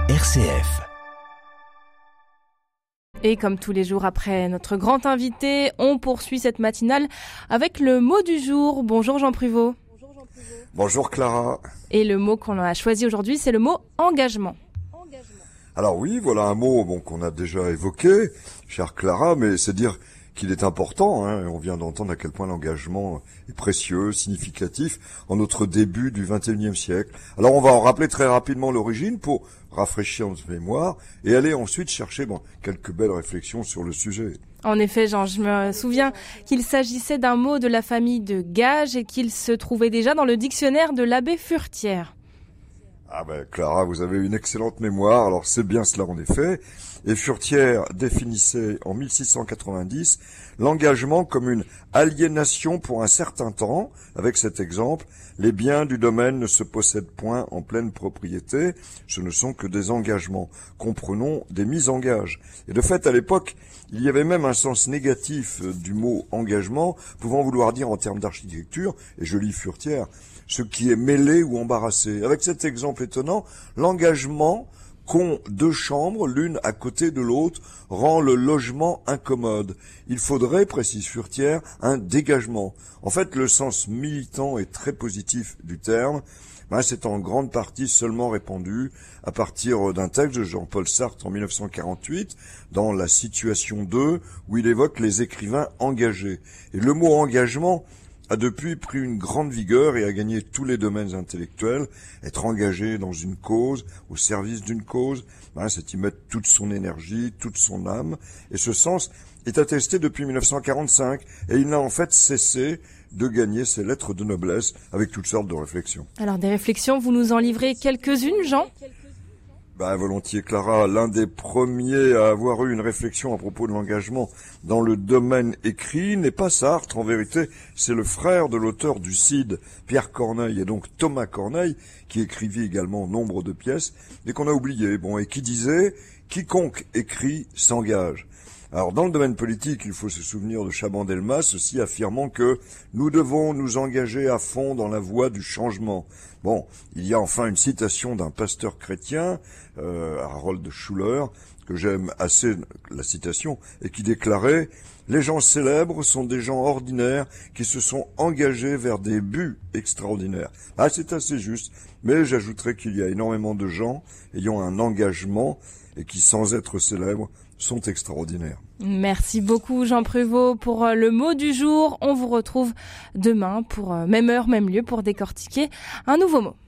RCF. Et comme tous les jours après notre grand invité, on poursuit cette matinale avec le mot du jour. Bonjour Jean Pruvot. Bonjour Clara. Et le mot qu'on a choisi aujourd'hui, c'est le mot engagement. Alors oui, voilà un mot qu'on a déjà évoqué, chère Clara, mais c'est dire qu'il est important. On vient d'entendre à quel point l'engagement est précieux, significatif en notre début du XXIe siècle. Alors on va en rappeler très rapidement l'origine pour rafraîchir notre mémoire et aller ensuite chercher quelques belles réflexions sur le sujet. En effet, Jean, je me souviens qu'il s'agissait d'un mot de la famille de gage et qu'il se trouvait déjà dans le dictionnaire de l'abbé Furetière. Clara, vous avez une excellente mémoire, alors c'est bien cela en effet. Et Furetière définissait en 1690 l'engagement comme une aliénation pour un certain temps. Avec cet exemple, les biens du domaine ne se possèdent point en pleine propriété, ce ne sont que des engagements. Comprenons des mises en gage. Et de fait, à l'époque, il y avait même un sens négatif du mot engagement, pouvant vouloir dire en termes d'architecture, et je lis Furetière, ce qui est mêlé ou embarrassé. Avec cet exemple étonnant, l'engagement qu'ont deux chambres, l'une à côté de l'autre, rend le logement incommode. Il faudrait, précise Furetière, un dégagement. En fait, le sens militant et très positif du terme, c'est en grande partie seulement répandu à partir d'un texte de Jean-Paul Sartre en 1948, dans La Situation 2, où il évoque les écrivains engagés. Et le mot engagement a depuis pris une grande vigueur et a gagné tous les domaines intellectuels. Être engagé dans une cause, au service d'une cause, c'est y mettre toute son énergie, toute son âme. Et ce sens est attesté depuis 1945 et il n'a en fait cessé de gagner ses lettres de noblesse avec toutes sortes de réflexions. Alors des réflexions, vous nous en livrez quelques-unes, Jean ? Volontiers, Clara. L'un des premiers à avoir eu une réflexion à propos de l'engagement dans le domaine écrit n'est pas Sartre. En vérité, c'est le frère de l'auteur du Cid, Pierre Corneille, et donc Thomas Corneille, qui écrivit également nombre de pièces, et qu'on a oublié, et qui disait « Quiconque écrit s'engage ». Alors, dans le domaine politique, il faut se souvenir de Chaban-Delmas, aussi affirmant que nous devons nous engager à fond dans la voie du changement. Il y a enfin une citation d'un pasteur chrétien, Harold Schuller, que j'aime assez, la citation, et qui déclarait « Les gens célèbres sont des gens ordinaires qui se sont engagés vers des buts extraordinaires ». C'est assez juste, mais j'ajouterais qu'il y a énormément de gens ayant un engagement et qui, sans être célèbres, sont extraordinaires. Merci beaucoup Jean Pruvot pour le mot du jour. On vous retrouve demain pour même heure, même lieu pour décortiquer un nouveau mot.